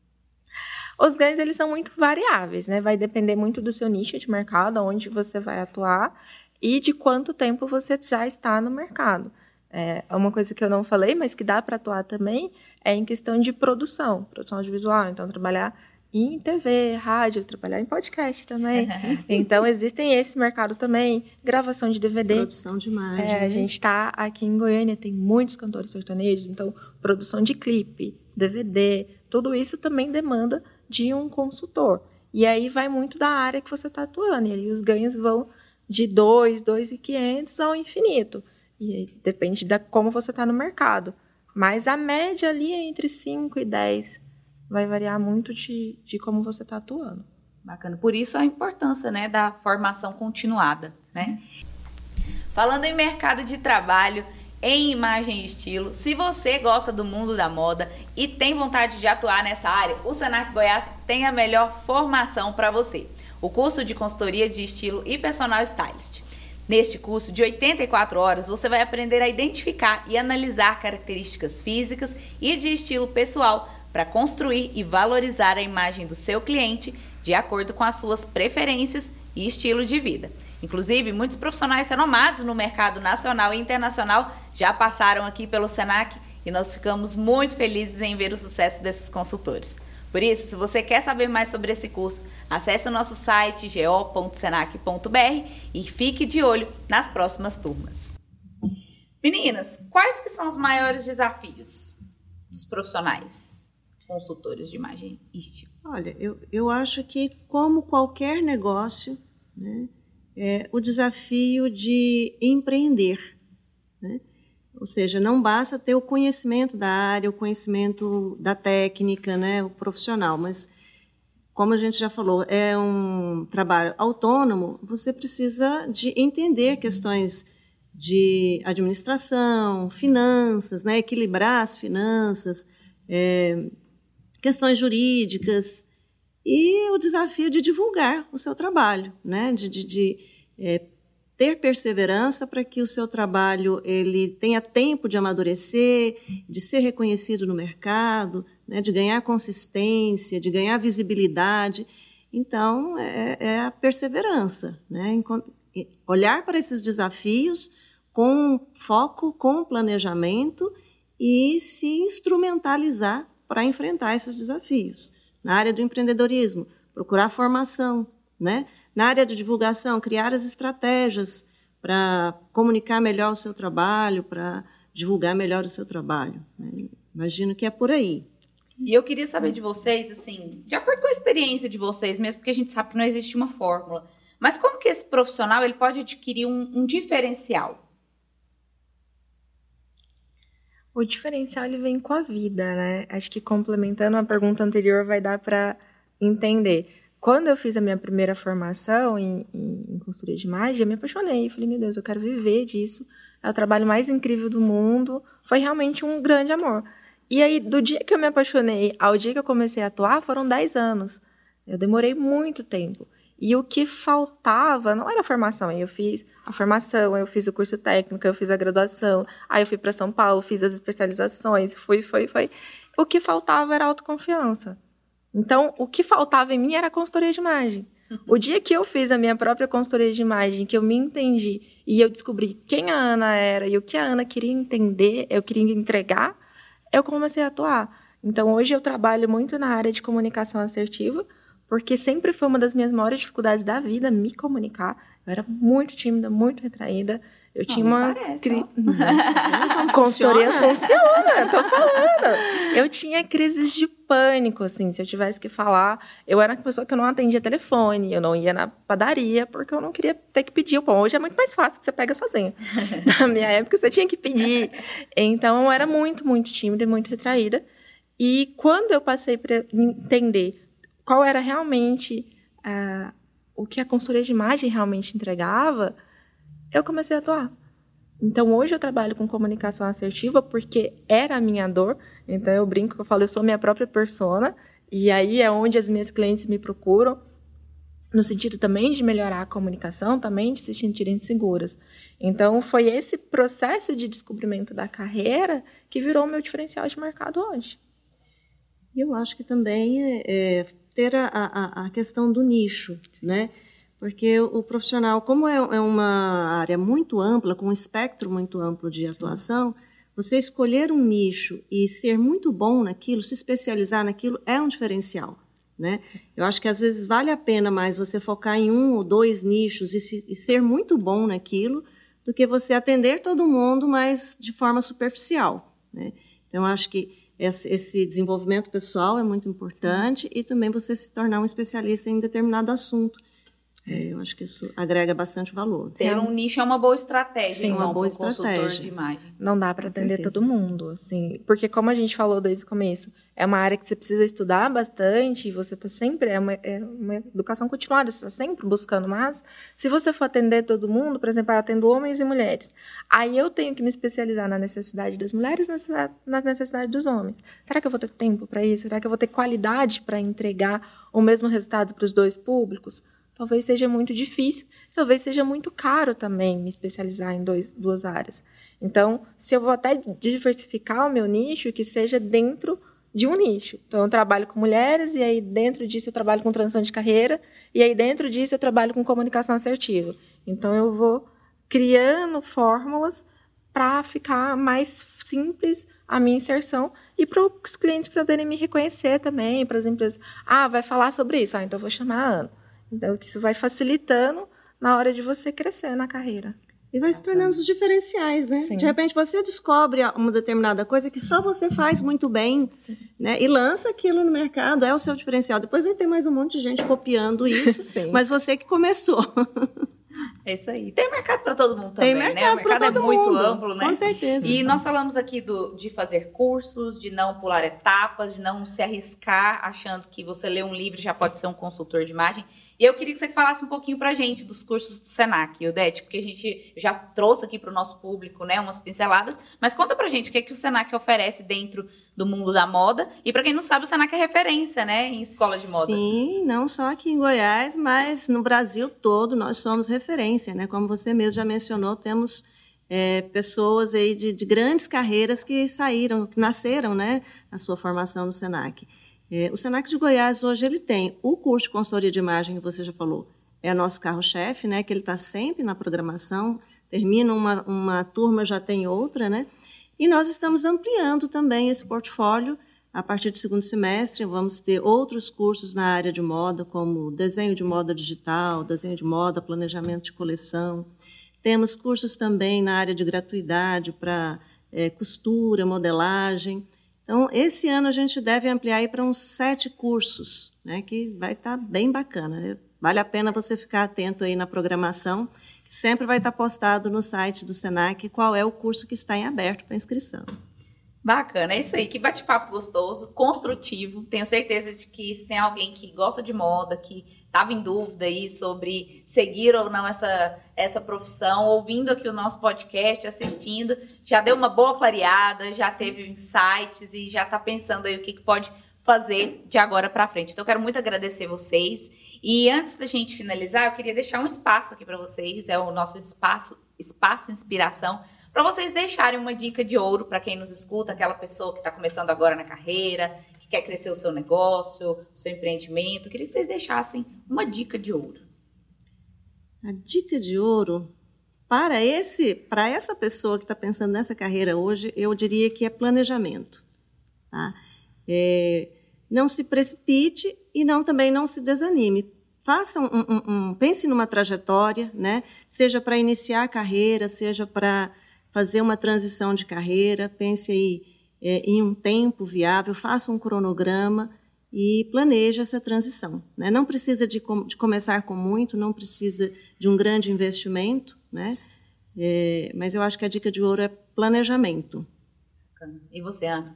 Os ganhos, eles são muito variáveis, né? Vai depender muito do seu nicho de mercado, onde você vai atuar e de quanto tempo você já está no mercado. É uma coisa que eu não falei, mas que dá para atuar também, é em questão de produção, produção audiovisual. Então, trabalhar em T V, rádio, trabalhar em podcast também. Então, existem esse mercado também, gravação de D V D.
Produção de imagem.
É, a gente está aqui em Goiânia, tem muitos cantores sertanejos, então, produção de clipe, D V D, tudo isso também demanda de um consultor. E aí vai muito da área que você está atuando. E aí os ganhos vão de dois, dois mil e quinhentos ao infinito. E aí depende de como você está no mercado. Mas a média ali é entre cinco e dez. Vai variar muito de, de como você está atuando.
Bacana. Por isso a importância, né, da formação continuada, né? Falando em mercado de trabalho, em imagem e estilo, se você gosta do mundo da moda e tem vontade de atuar nessa área, o Senac Goiás tem a melhor formação para você. O curso de consultoria de estilo e personal stylist. Neste curso de oitenta e quatro horas, você vai aprender a identificar e analisar características físicas e de estilo pessoal para construir e valorizar a imagem do seu cliente de acordo com as suas preferências e estilo de vida. Inclusive, muitos profissionais renomados no mercado nacional e internacional já passaram aqui pelo Senac e nós ficamos muito felizes em ver o sucesso desses consultores. Por isso, se você quer saber mais sobre esse curso, acesse o nosso site g o ponto senac ponto b r e fique de olho nas próximas turmas. Meninas, quais que são os maiores desafios dos profissionais consultores de imagem e estilo?
Olha, eu, eu acho que, como qualquer negócio, né, é o desafio de empreender, né? Ou seja, não basta ter o conhecimento da área, o conhecimento da técnica, né, o profissional, mas, como a gente já falou, é um trabalho autônomo, você precisa de entender questões de administração, finanças, né, equilibrar as finanças, é, questões jurídicas, e o desafio de divulgar o seu trabalho, né, de, de, de é, ter perseverança para que o seu trabalho ele tenha tempo de amadurecer, de ser reconhecido no mercado, né, de ganhar consistência, de ganhar visibilidade. Então, é, é a perseverança, né? Olhar para esses desafios com foco, com planejamento e se instrumentalizar para enfrentar esses desafios. Na área do empreendedorismo, procurar formação, né? Na área de divulgação, criar as estratégias para comunicar melhor o seu trabalho, para divulgar melhor o seu trabalho, né? Imagino que é por aí.
E eu queria saber de vocês, assim, de acordo com a experiência de vocês, mesmo porque a gente sabe que não existe uma fórmula, mas como que esse profissional ele pode adquirir um, um diferencial?
O diferencial ele vem com a vida, né? Acho que complementando a pergunta anterior vai dar para entender. Quando eu fiz a minha primeira formação em, em, em consultoria de imagem, eu me apaixonei. Falei, meu Deus, eu quero viver disso. É o trabalho mais incrível do mundo. Foi realmente um grande amor. E aí, do dia que eu me apaixonei ao dia que eu comecei a atuar, foram dez anos. Eu demorei muito tempo. E o que faltava não era a formação. Aí eu fiz a formação, eu fiz o curso técnico, eu fiz a graduação. Aí eu fui para São Paulo, fiz as especializações, fui, foi, foi. O que faltava era autoconfiança. Então, o que faltava em mim era a consultoria de imagem. Uhum. O dia que eu fiz a minha própria consultoria de imagem, que eu me entendi e eu descobri quem a Ana era e o que a Ana queria entender, eu queria entregar, eu comecei a atuar. Então, hoje eu trabalho muito na área de comunicação assertiva, porque sempre foi uma das minhas maiores dificuldades da vida, me comunicar. Eu era muito tímida, muito retraída. Eu
não,
tinha uma...
Parece,
cri... Não, consultoria funciona, tô falando. Eu tinha crises de pânico, assim, se eu tivesse que falar. Eu era uma pessoa que eu não atendia telefone, eu não ia na padaria, porque eu não queria ter que pedir o pão. Hoje é muito mais fácil que você pega sozinha. Na minha época, você tinha que pedir. Então, eu era muito, muito tímida e muito retraída. E quando eu passei para entender qual era realmente uh, o que a consultoria de imagem realmente entregava, eu comecei a atuar. Então, hoje eu trabalho com comunicação assertiva porque era a minha dor. Então, eu brinco que eu falo, eu sou minha própria persona. E aí é onde as minhas clientes me procuram, no sentido também de melhorar a comunicação, também de se sentirem seguras. Então, foi esse processo de descobrimento da carreira que virou o meu diferencial de mercado hoje.
Eu acho que também é, é ter a, a, a questão do nicho, né? Porque o profissional, como é uma área muito ampla, com um espectro muito amplo de atuação, você escolher um nicho e ser muito bom naquilo, se especializar naquilo, é um diferencial, né? Eu acho que às vezes vale a pena mais você focar em um ou dois nichos e, se, e ser muito bom naquilo do que você atender todo mundo, mas de forma superficial, né? Então, eu acho que esse desenvolvimento pessoal é muito importante. Sim. E também você se tornar um especialista em determinado assunto. É, eu acho que isso agrega bastante valor.
Ter um nicho é uma boa estratégia,
Sim,
então,
uma boa
para o consultor de imagem.
Não dá para atender todo mundo, assim, porque como a gente falou desde o começo, é uma área que você precisa estudar bastante, você está sempre, é uma, é uma educação continuada, você está sempre buscando, mas se você for atender todo mundo, por exemplo, eu atendo homens e mulheres, aí eu tenho que me especializar na necessidade das mulheres e na necessidade dos homens. Será que eu vou ter tempo para isso? Será que eu vou ter qualidade para entregar o mesmo resultado para os dois públicos? Talvez seja muito difícil, talvez seja muito caro também me especializar em dois, duas áreas. Então, se eu vou até diversificar o meu nicho, que seja dentro de um nicho. Então, eu trabalho com mulheres, e aí dentro disso eu trabalho com transição de carreira, e aí dentro disso eu trabalho com comunicação assertiva. Então, eu vou criando fórmulas para ficar mais simples a minha inserção e para os clientes poderem me reconhecer também, para as empresas. Ah, vai falar sobre isso, ah, então eu vou chamar a Ana. Então, isso vai facilitando na hora de você crescer na carreira.
E vai se tornando os diferenciais, né? Sim. De repente, você descobre uma determinada coisa que só você faz muito bem, né? E lança aquilo no mercado, é o seu diferencial. Depois vai ter mais um monte de gente copiando isso, mas você que começou.
É isso aí. Tem mercado para todo mundo também,
Tem mercado,
né? O mercado
é
muito
mundo,
amplo, né?
Com certeza.
E nós falamos aqui do, de fazer cursos, de não pular etapas, de não se arriscar achando que você lê um livro e já pode ser um consultor de imagem. E eu queria que você falasse um pouquinho pra gente dos cursos do Senac, Odete, porque a gente já trouxe aqui para o nosso público, né, umas pinceladas, mas conta pra gente o que, é que o Senac oferece dentro do mundo da moda. E para quem não sabe, o Senac é referência, né, em escola de moda.
Sim, não só aqui em Goiás, mas no Brasil todo nós somos referência, né? Como você mesmo já mencionou, temos é, pessoas aí de, de grandes carreiras que saíram, que nasceram, né, na sua formação no Senac. É, o Senac de Goiás hoje ele tem o curso de consultoria de imagem que você já falou, é nosso carro-chefe, né, que ele está sempre na programação, termina uma, uma turma, já tem outra, né, e nós estamos ampliando também esse portfólio. A partir do segundo semestre vamos ter outros cursos na área de moda, como desenho de moda digital, desenho de moda, planejamento de coleção. Temos cursos também na área de gratuidade para é, costura, modelagem. Então, esse ano a gente deve ampliar para uns sete cursos, né, que vai estar tá bem bacana. Vale a pena você ficar atento aí na programação, que sempre vai estar tá postado no site do Senac qual é o curso que está em aberto para inscrição.
Bacana, é isso aí, que bate-papo gostoso, construtivo. Tenho certeza de que se tem alguém que gosta de moda, que estava em dúvida aí sobre seguir ou não essa, essa profissão, ouvindo aqui o nosso podcast, assistindo, já deu uma boa clareada, já teve insights e já está pensando aí o que, que pode fazer de agora para frente. Então, eu quero muito agradecer vocês. E antes da gente finalizar, eu queria deixar um espaço aqui para vocês, é o nosso espaço, espaço Inspiração, para vocês deixarem uma dica de ouro para quem nos escuta, aquela pessoa que está começando agora na carreira, que quer crescer o seu negócio, o seu empreendimento. Eu queria que vocês deixassem uma dica de ouro.
A dica de ouro, para, esse, para essa pessoa que está pensando nessa carreira hoje, eu diria que é planejamento. Tá? É, não se precipite e não, também não se desanime. Faça um, um, um, pense numa trajetória, né? Seja para iniciar a carreira, seja para fazer uma transição de carreira, pense aí é, em um tempo viável, faça um cronograma e planeje essa transição. Né? Não precisa de, com, de começar com muito, não precisa de um grande investimento, né? É, mas eu acho que a dica de ouro é planejamento.
E você, Ana?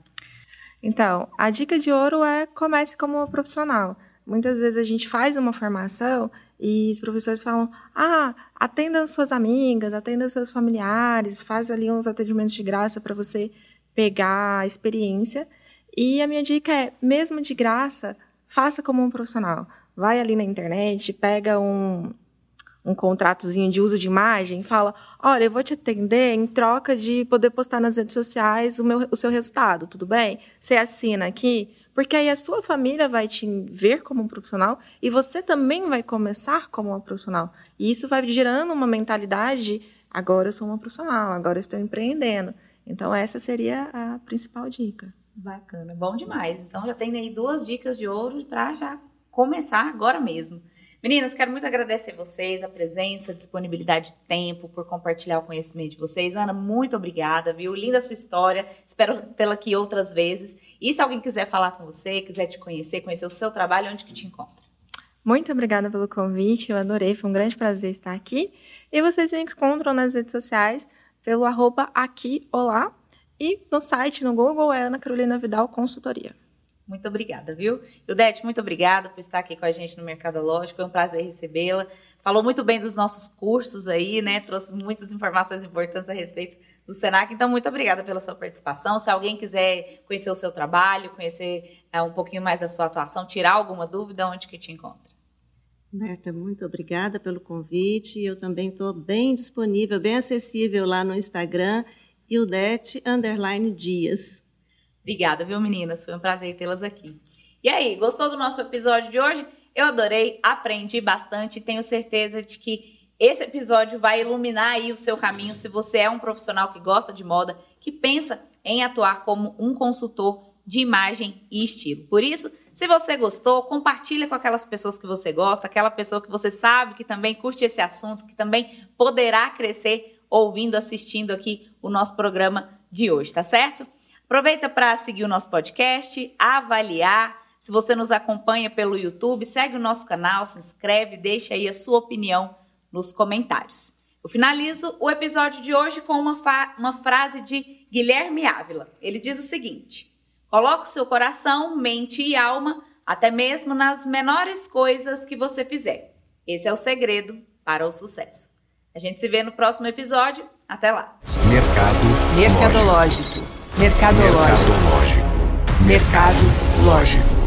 Então, a dica de ouro é comece como uma profissional. Muitas vezes a gente faz uma formação e os professores falam, ah, atenda suas amigas, atenda seus familiares, faz ali uns atendimentos de graça para você pegar a experiência. E a minha dica é, mesmo de graça, faça como um profissional. Vai ali na internet, pega um, um contratozinho de uso de imagem e fala, olha, eu vou te atender em troca de poder postar nas redes sociais o, meu, o seu resultado, tudo bem? Você assina aqui? Porque aí a sua família vai te ver como um profissional e você também vai começar como uma profissional. E isso vai gerando uma mentalidade de, agora eu sou uma profissional, agora eu estou empreendendo. Então, essa seria a principal dica.
Bacana, bom demais. Então, já tem aí duas dicas de ouro para já começar agora mesmo. Meninas, quero muito agradecer vocês, a presença, a disponibilidade de tempo, por compartilhar o conhecimento de vocês. Ana, muito obrigada, viu? Linda a sua história, espero tê-la aqui outras vezes. E se alguém quiser falar com você, quiser te conhecer, conhecer o seu trabalho, onde que te encontra?
Muito obrigada pelo convite, eu adorei, foi um grande prazer estar aqui. E vocês me encontram nas redes sociais pelo arroba aqui, olá, e no site, no Google, é Ana Carolina Vidal Consultoria.
Muito obrigada, viu? Ildete, muito obrigada por estar aqui com a gente no Mercadológico. Foi um prazer recebê-la. Falou muito bem dos nossos cursos aí, né? Trouxe muitas informações importantes a respeito do Senac. Então, muito obrigada pela sua participação. Se alguém quiser conhecer o seu trabalho, conhecer é, um pouquinho mais da sua atuação, tirar alguma dúvida, onde que te encontra?
Berta, muito obrigada pelo convite. Eu também estou bem disponível, bem acessível lá no Instagram, Ildete underline Dias.
Obrigada, viu, meninas? Foi um prazer tê-las aqui. E aí, gostou do nosso episódio de hoje? Eu adorei, aprendi bastante e tenho certeza de que esse episódio vai iluminar aí o seu caminho se você é um profissional que gosta de moda, que pensa em atuar como um consultor de imagem e estilo. Por isso, se você gostou, compartilha com aquelas pessoas que você gosta, aquela pessoa que você sabe que também curte esse assunto, que também poderá crescer ouvindo, assistindo aqui o nosso programa de hoje, tá certo? Aproveita para seguir o nosso podcast, avaliar. Se você nos acompanha pelo YouTube, segue o nosso canal, se inscreve, deixa aí a sua opinião nos comentários. Eu finalizo o episódio de hoje com uma, fa- uma frase de Guilherme Ávila. Ele diz o seguinte: coloque seu coração, mente e alma, até mesmo nas menores coisas que você fizer. Esse é o segredo para o sucesso. A gente se vê no próximo episódio. Até lá.
Mercado Mercadológico. Mercadológico. Mercado Lógico.